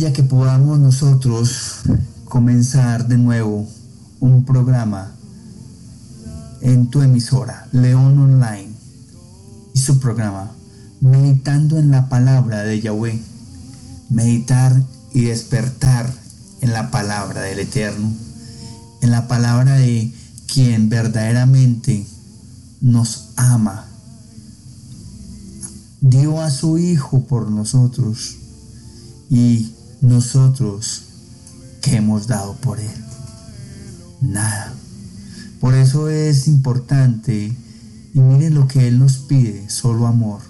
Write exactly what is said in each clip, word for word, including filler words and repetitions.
maravilla que podamos nosotros comenzar de nuevo un programa en tu emisora, León Online, y su programa, meditando en la palabra de Yahweh, meditar y despertar en la palabra del Eterno, en la palabra de quien verdaderamente nos ama, dio a su Hijo por nosotros, y nosotros, ¿qué hemos dado por Él? Nada. Por eso es importante, y miren lo que Él nos pide, solo amor.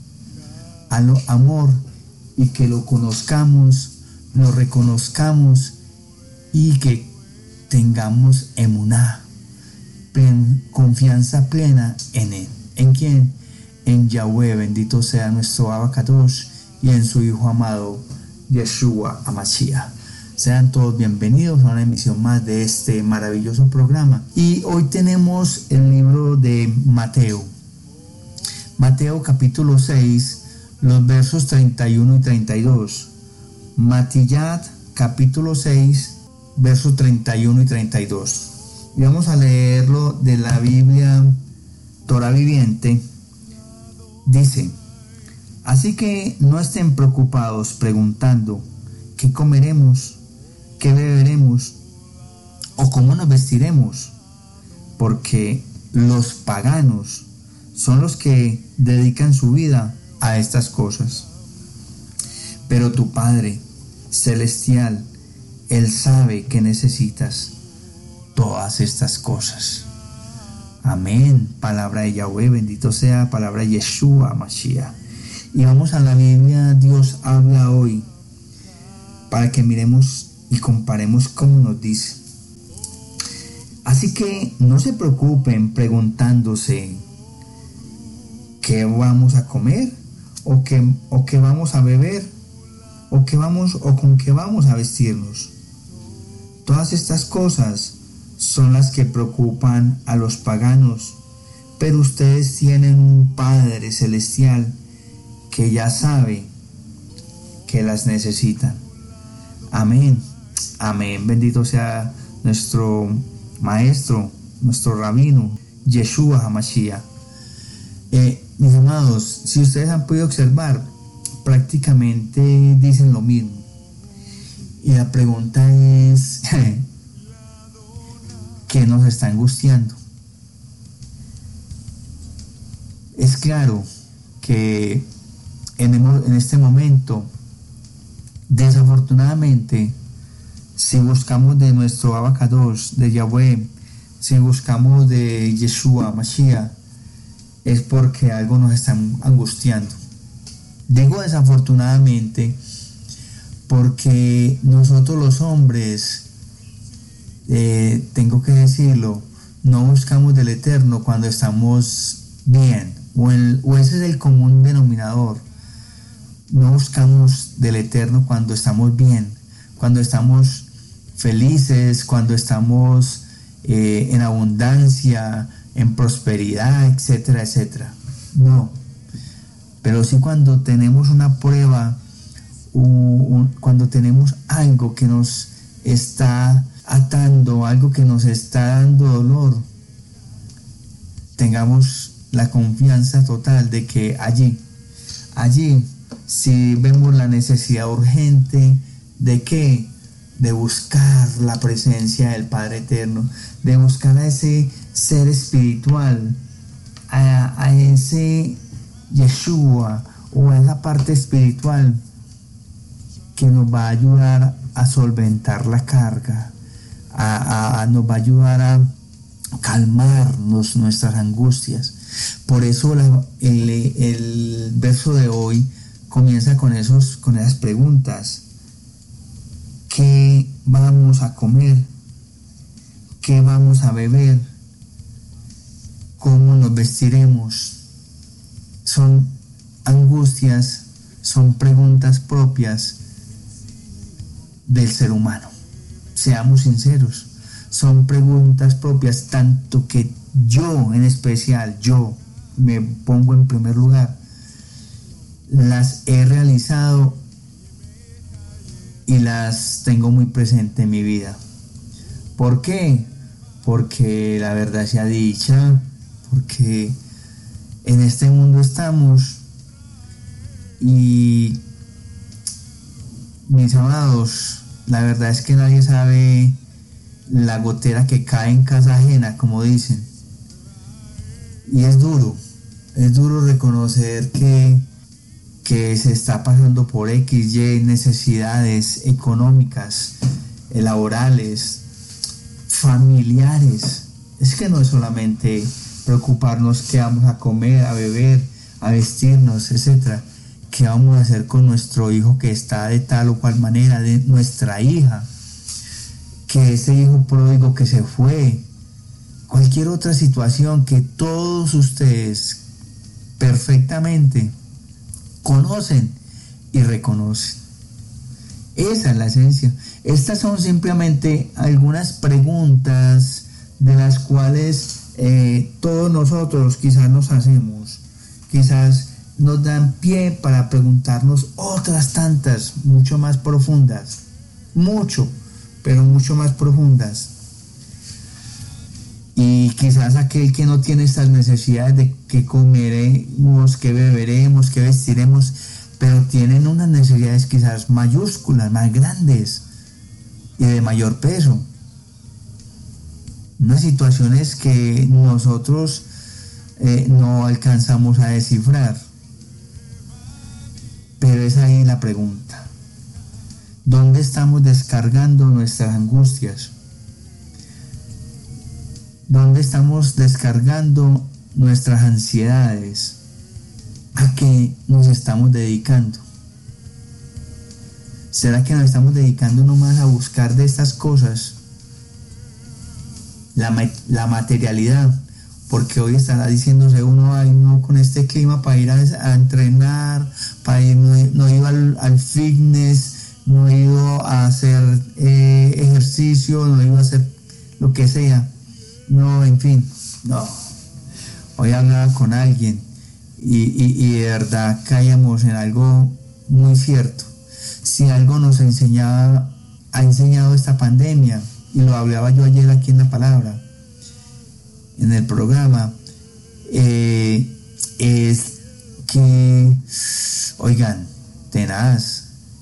Amor, y que lo conozcamos, lo reconozcamos, y que tengamos emuná, plen, confianza plena en Él. ¿En quién? En Yahweh, bendito sea nuestro Abacadosh, y en su Hijo amado, Yeshua HaMashiach. Sean todos bienvenidos a una emisión más de este maravilloso programa. Y hoy tenemos el libro de Mateo. Mateo capítulo seis, los versos treinta y uno y treinta y dos. Matillat capítulo seis, versos treinta y uno y treinta y dos. Y vamos a leerlo de la Biblia Torah Viviente. Dice: así que no estén preocupados preguntando ¿qué comeremos? ¿Qué beberemos? ¿O cómo nos vestiremos? Porque los paganos son los que dedican su vida a estas cosas. Pero tu Padre Celestial, Él sabe que necesitas todas estas cosas. Amén. Palabra de Yahweh, bendito sea, palabra de Yeshua HaMashiach. Y vamos a la Biblia, Dios habla hoy, para que miremos y comparemos cómo nos dice. Así que no se preocupen preguntándose qué vamos a comer, o qué, o qué vamos a beber, o qué vamos, o con qué vamos a vestirnos. Todas estas cosas son las que preocupan a los paganos, pero ustedes tienen un Padre Celestial que ya sabe que las necesitan. Amén, amén, bendito sea nuestro maestro, nuestro rabino, Yeshua HaMashiach. Eh, mis amados, si ustedes han podido observar, prácticamente dicen lo mismo. Y la pregunta es, ¿qué nos está angustiando? Es claro que en, en este momento, desafortunadamente, si buscamos de nuestro Abacadosh, de Yahweh, si buscamos de Yeshua HaMashiach, es porque algo nos está angustiando. Digo desafortunadamente porque nosotros los hombres, eh, tengo que decirlo, no buscamos del Eterno cuando estamos bien, o, el, o ese es el común denominador. No buscamos del Eterno cuando estamos bien, cuando estamos felices, cuando estamos eh, en abundancia, en prosperidad, etcétera, etcétera. No. Pero sí cuando tenemos una prueba, un, un, cuando tenemos algo que nos está atando, algo que nos está dando dolor, tengamos la confianza total de que allí, allí, si vemos la necesidad urgente de qué, de buscar la presencia del Padre Eterno, de buscar a ese ser espiritual, a, a ese Yeshua, o a esa parte espiritual que nos va a ayudar a solventar la carga, a, a, a nos va a ayudar a calmarnos nuestras angustias. Por eso la, el, el verso de hoy comienza con, esos, con esas preguntas. ¿Qué vamos a comer? ¿Qué vamos a beber? ¿Cómo nos vestiremos? Son angustias, son preguntas propias del ser humano. Seamos sinceros, son preguntas propias, tanto que yo en especial, yo me pongo en primer lugar, las he realizado y las tengo muy presente en mi vida. ¿Por qué? Porque la verdad sea dicha, porque en este mundo estamos y, mis amados, la verdad es que nadie sabe la gotera que cae en casa ajena, como dicen. Y es duro, es duro reconocer que, que se está pasando por X, Y necesidades económicas, laborales, familiares. Es que no es solamente preocuparnos qué vamos a comer, a beber, a vestirnos, etcétera. ¿Qué vamos a hacer con nuestro hijo que está de tal o cual manera, de nuestra hija? Que ese hijo pródigo que se fue, cualquier otra situación que todos ustedes perfectamente conocen y reconocen. Esa es la esencia. Estas son simplemente algunas preguntas de las cuales eh, todos nosotros quizás nos hacemos, quizás nos dan pie para preguntarnos otras tantas, mucho más profundas, mucho, pero mucho más profundas. Y quizás aquel que no tiene estas necesidades de qué comeremos, qué beberemos, qué vestiremos, pero tienen unas necesidades quizás mayúsculas, más grandes y de mayor peso. Unas situaciones que nosotros eh, no alcanzamos a descifrar. Pero es ahí la pregunta. ¿Dónde estamos descargando nuestras angustias? ¿Dónde estamos descargando nuestras ansiedades? ¿A qué nos estamos dedicando? ¿Será que nos estamos dedicando nomás a buscar de estas cosas? La, la materialidad. Porque hoy estará diciéndose uno, ay no, con este clima para ir a, a entrenar, para ir, no, no he ido al, al fitness, no he ido a hacer eh, ejercicio, no he ido a hacer lo que sea. No, en fin, no. Hoy hablaba con alguien y, y, y de verdad caíamos en algo muy cierto. Si algo nos enseñaba, ha enseñado esta pandemia, y lo hablaba yo ayer aquí en la palabra, en el programa, eh, es que, oigan, tenaz,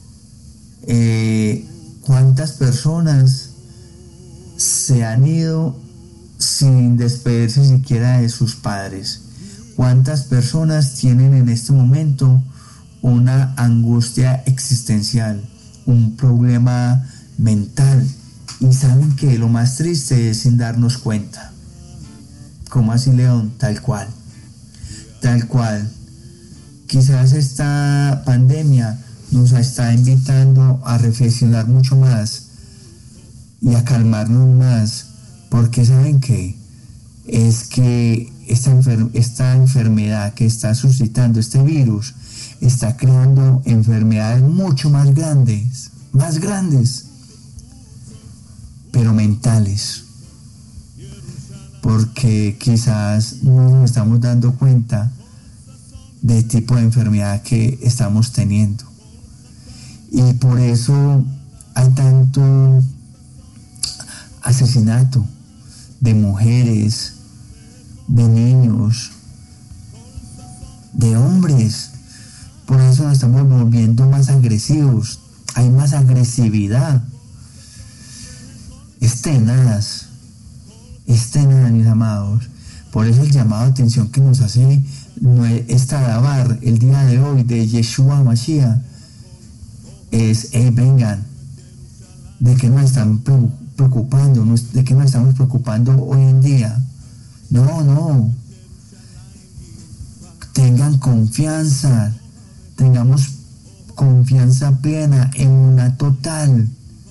eh, cuántas personas se han ido sin despedirse siquiera de sus padres, cuántas personas tienen en este momento una angustia existencial, un problema mental, y saben que lo más triste es sin darnos cuenta. ¿Cómo así, León? Tal cual, tal cual. Quizás esta pandemia nos está invitando a reflexionar mucho más y a calmarnos más, porque ¿saben qué? Es que esta, enfer- esta enfermedad que está suscitando este virus está creando enfermedades mucho más grandes, más grandes, pero mentales. Porque quizás no nos estamos dando cuenta del tipo de enfermedad que estamos teniendo. Y por eso hay tanto asesinato de mujeres, de niños, de hombres. Por eso nos estamos volviendo más agresivos. Hay más agresividad. Es tenaz. Es tenaz, mis amados. Por eso el llamado de atención que nos hace esta Dabar el día de hoy de Yeshua Mashiach es, hey, vengan, ¿de qué nos están preocupando? ¿De qué nos estamos preocupando hoy en día? No, no. Tengan confianza, tengamos confianza plena, en una total.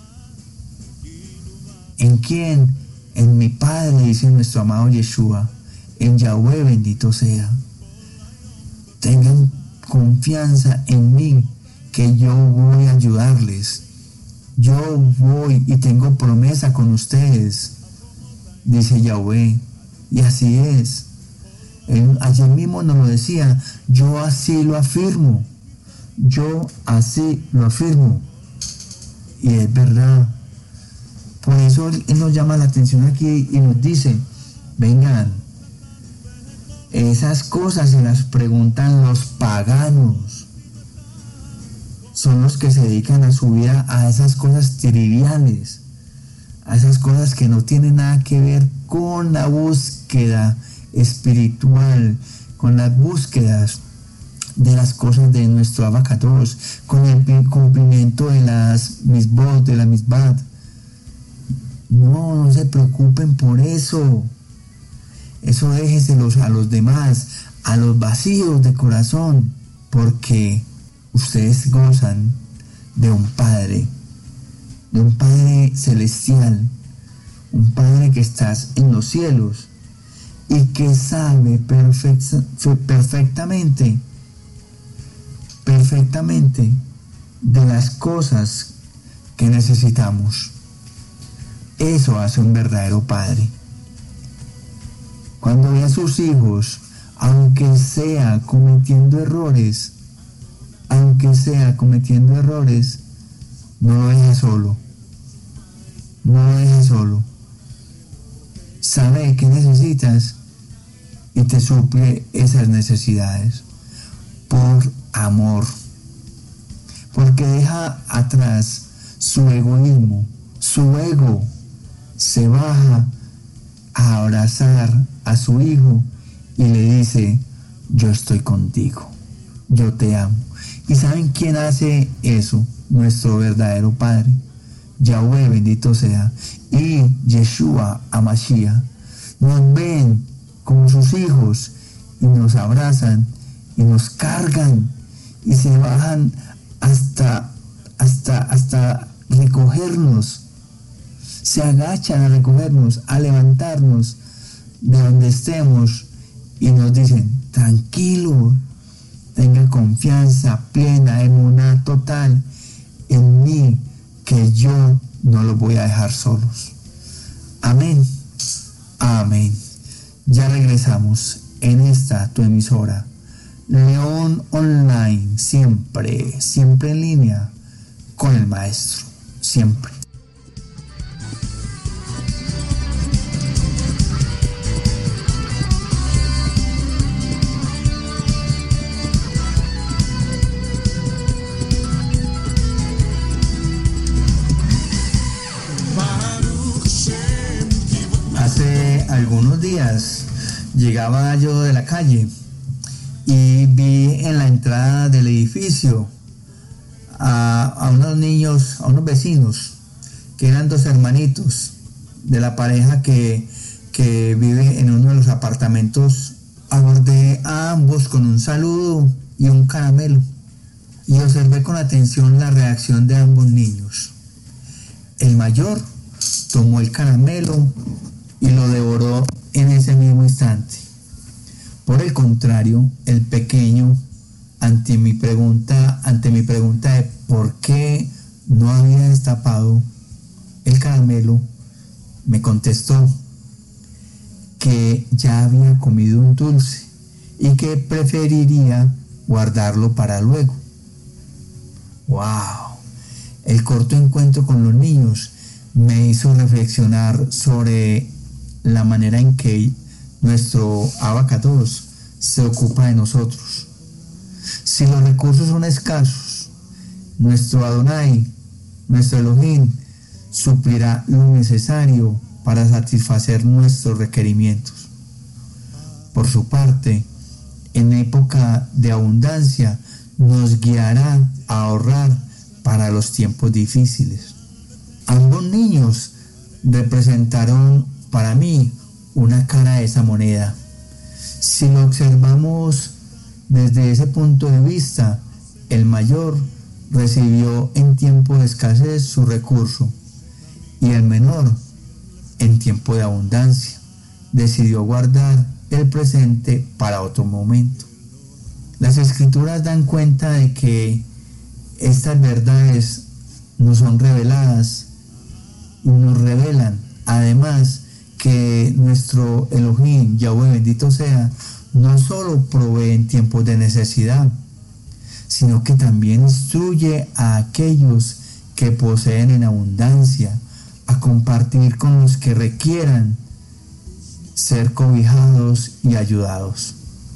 ¿En quién? En mi Padre, dice nuestro amado Yeshua, en Yahweh bendito sea. Tengan confianza en mí, que yo voy a ayudarles. Yo voy y tengo promesa con ustedes, dice Yahweh. Y así es. Él, ayer mismo nos lo decía, yo así lo afirmo. Yo así lo afirmo. Y es verdad. Por eso Él nos llama la atención aquí y nos dice, vengan, esas cosas se las preguntan los paganos. Son los que se dedican a su vida a esas cosas triviales, a esas cosas que no tienen nada que ver con la búsqueda espiritual, con las búsquedas de las cosas de nuestro abacados, con el cumplimiento de las misbot, de la misbat. No, no se preocupen por eso. Eso déjeselos a los demás, a los vacíos de corazón, porque ustedes gozan de un Padre, de un Padre celestial, un Padre que está en los cielos y que sabe perfecta, perfectamente, perfectamente de las cosas que necesitamos. Eso hace un verdadero Padre. Cuando ve a sus hijos, aunque sea cometiendo errores, aunque sea cometiendo errores, no lo deje solo. No lo deje solo. Sabe qué necesitas y te suple esas necesidades por amor. Porque deja atrás su egoísmo, su ego. Se baja a abrazar a su hijo y le dice, yo estoy contigo, yo te amo. ¿Y saben quién hace eso? Nuestro verdadero Padre, Yahweh bendito sea, y Yeshua Hamashiach. Nos ven como sus hijos y nos abrazan y nos cargan y se bajan hasta, hasta, hasta recogernos. Se agachan a recogernos, a levantarnos de donde estemos y nos dicen, tranquilo, tenga confianza plena, emuná total en mí, que yo no los voy a dejar solos. Amén, amén. Ya regresamos en esta tu emisora, León Online, siempre, siempre en línea con el Maestro, siempre. Algunos días llegaba yo de la calle y vi en la entrada del edificio a, a unos niños, a unos vecinos, que eran dos hermanitos de la pareja que, que vive en uno de los apartamentos. Abordé a ambos con un saludo y un caramelo y observé con atención la reacción de ambos niños. El mayor tomó el caramelo y lo devoró en ese mismo instante. Por el contrario, el pequeño, ante mi pregunta, ante mi pregunta de por qué no había destapado el caramelo, me contestó que ya había comido un dulce y que preferiría guardarlo para luego. ¡Wow! El corto encuentro con los niños me hizo reflexionar sobre la manera en que nuestro Abacados se ocupa de nosotros. Si los recursos son escasos, nuestro Adonai, nuestro Elohim, suplirá lo necesario para satisfacer nuestros requerimientos. Por su parte, en época de abundancia, nos guiará a ahorrar para los tiempos difíciles. Ambos niños representaron para mí una cara de esa moneda. Si lo observamos desde ese punto de vista, el mayor recibió en tiempo de escasez su recurso y el menor, en tiempo de abundancia, decidió guardar el presente para otro momento. Las escrituras dan cuenta de que estas verdades nos son reveladas y nos revelan además que nuestro Elohim, Yahweh bendito sea, no solo provee en tiempos de necesidad, sino que también instruye a aquellos que poseen en abundancia, a compartir con los que requieran ser cobijados y ayudados.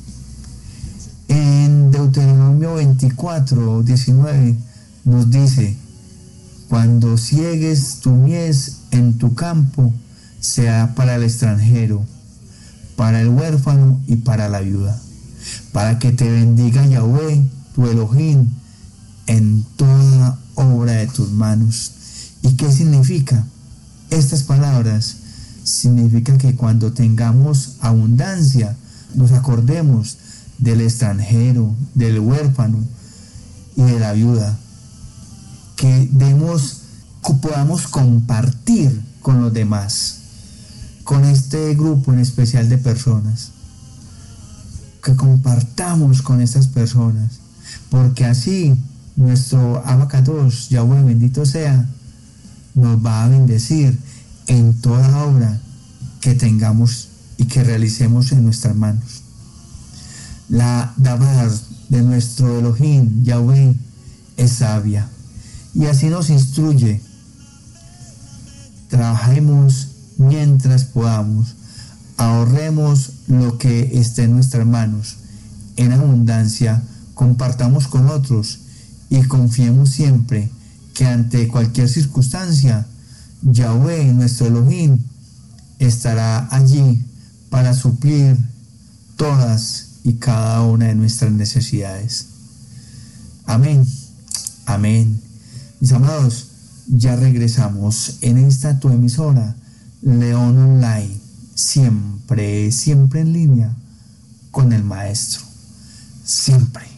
En Deuteronomio veinticuatro, diecinueve nos dice: cuando ciegues tu mies en tu campo, sea para el extranjero, para el huérfano y para la viuda, para que te bendiga Yahweh, tu Elohim, en toda obra de tus manos. ¿Y qué significa? Estas palabras significa que cuando tengamos abundancia, nos acordemos del extranjero, del huérfano y de la viuda, que demos, podamos compartir con los demás, con este grupo en especial de personas, que compartamos con estas personas, porque así nuestro Abacados, Yahweh bendito sea, nos va a bendecir en toda obra que tengamos y que realicemos en nuestras manos. La Dabar de nuestro Elohim, Yahweh, es sabia y así nos instruye. Trabajemos mientras podamos, ahorremos lo que esté en nuestras manos, en abundancia, compartamos con otros y confiemos siempre que ante cualquier circunstancia, Yahweh, nuestro Elohim, estará allí para suplir todas y cada una de nuestras necesidades. Amén, amén. Mis amados, ya regresamos en esta tu emisora, León Online, siempre, siempre en línea con el Maestro, siempre.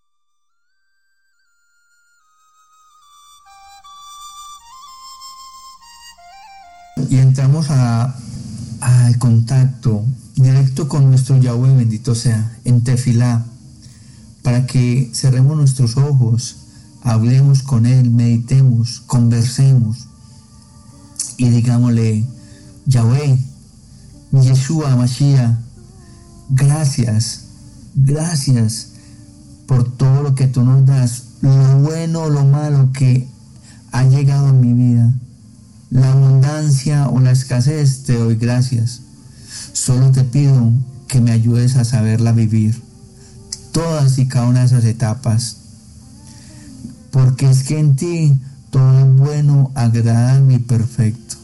Y entramos a, al contacto directo con nuestro Yahweh bendito sea, en Tefilá, para que cerremos nuestros ojos, hablemos con Él, meditemos, conversemos y digámosle: Yahweh, Yeshua, Mashiach, gracias, gracias por todo lo que tú nos das, lo bueno o lo malo que ha llegado en mi vida, la abundancia o la escasez, te doy gracias. Solo te pido que me ayudes a saberla vivir, todas y cada una de esas etapas, porque es que en ti todo es bueno, agradable y perfecto,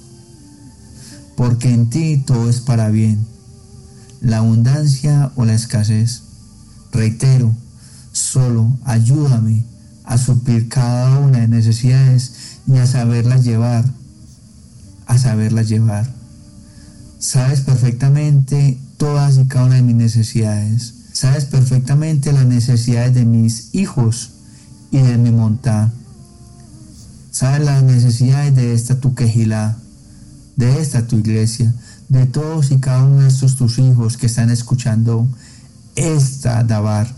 porque en ti todo es para bien, la abundancia o la escasez. Reitero, solo ayúdame a suplir cada una de necesidades y a saberlas llevar, a saberlas llevar. Sabes perfectamente todas y cada una de mis necesidades. Sabes perfectamente las necesidades de mis hijos y de mi montá. Sabes las necesidades de esta tu quejilá, de esta tu iglesia, de todos y cada uno de estos tus hijos que están escuchando esta Dabar.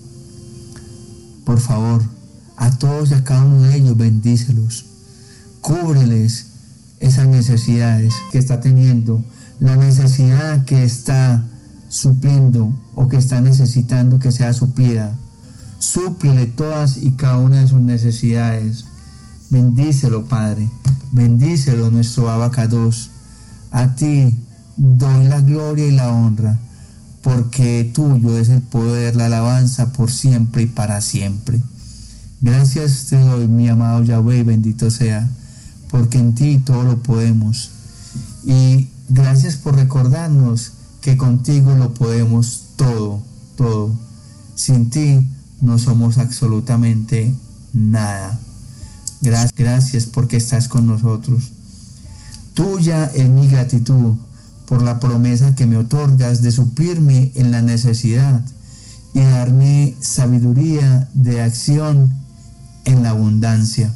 Por favor, a todos y a cada uno de ellos bendícelos, cúbreles esas necesidades que está teniendo, la necesidad que está supliendo o que está necesitando que sea suplida. Súplele todas y cada una de sus necesidades. Bendícelo, Padre, bendícelo, nuestro Abacados. A ti doy la gloria y la honra, porque tuyo es el poder, la alabanza por siempre y para siempre. Gracias te doy, mi amado Yahweh, bendito sea, porque en ti todo lo podemos. Y gracias por recordarnos que contigo lo podemos todo, todo. Sin ti no somos absolutamente nada. Gracias, gracias porque estás con nosotros. Tuya es mi gratitud por la promesa que me otorgas de suplirme en la necesidad y darme sabiduría de acción en la abundancia.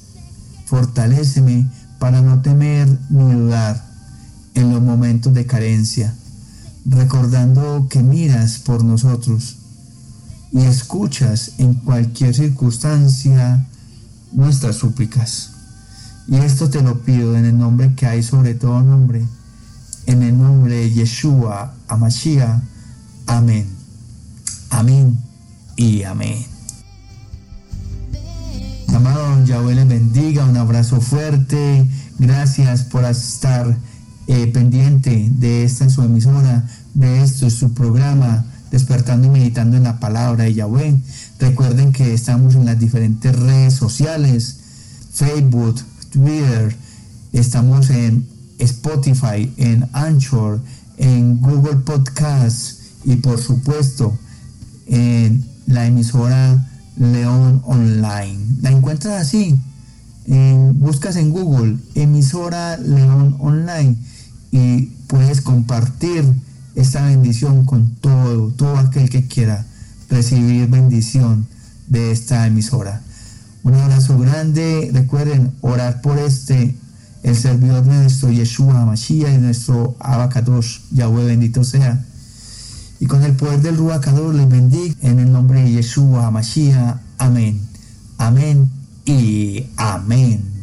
Fortaléceme para no temer ni dudar en los momentos de carencia, recordando que miras por nosotros y escuchas en cualquier circunstancia nuestras súplicas. Y esto te lo pido en el nombre que hay sobre todo nombre, en el nombre de Yeshua HaMashiach. Amén. Amén y amén. Amado, Yahweh les bendiga, un abrazo fuerte, gracias por estar eh, pendiente de esta su emisora, de esto, su programa, Despertando y Meditando en la Palabra de Yahweh. Recuerden que estamos en las diferentes redes sociales, Facebook, Twitter, estamos en Spotify, en Anchor, en Google Podcasts y por supuesto en la emisora León Online. La encuentras así, en, buscas en Google emisora León Online y puedes compartir esta bendición con todo, todo aquel que quiera recibir bendición de esta emisora. Un abrazo grande. Recuerden orar por este, el servidor de nuestro Yeshua Mashiach y nuestro Abacadosh, Yahweh bendito sea. Y con el poder del Ruach Kadosh les bendiga en el nombre de Yeshua Mashiach. Amén. Amén y amén.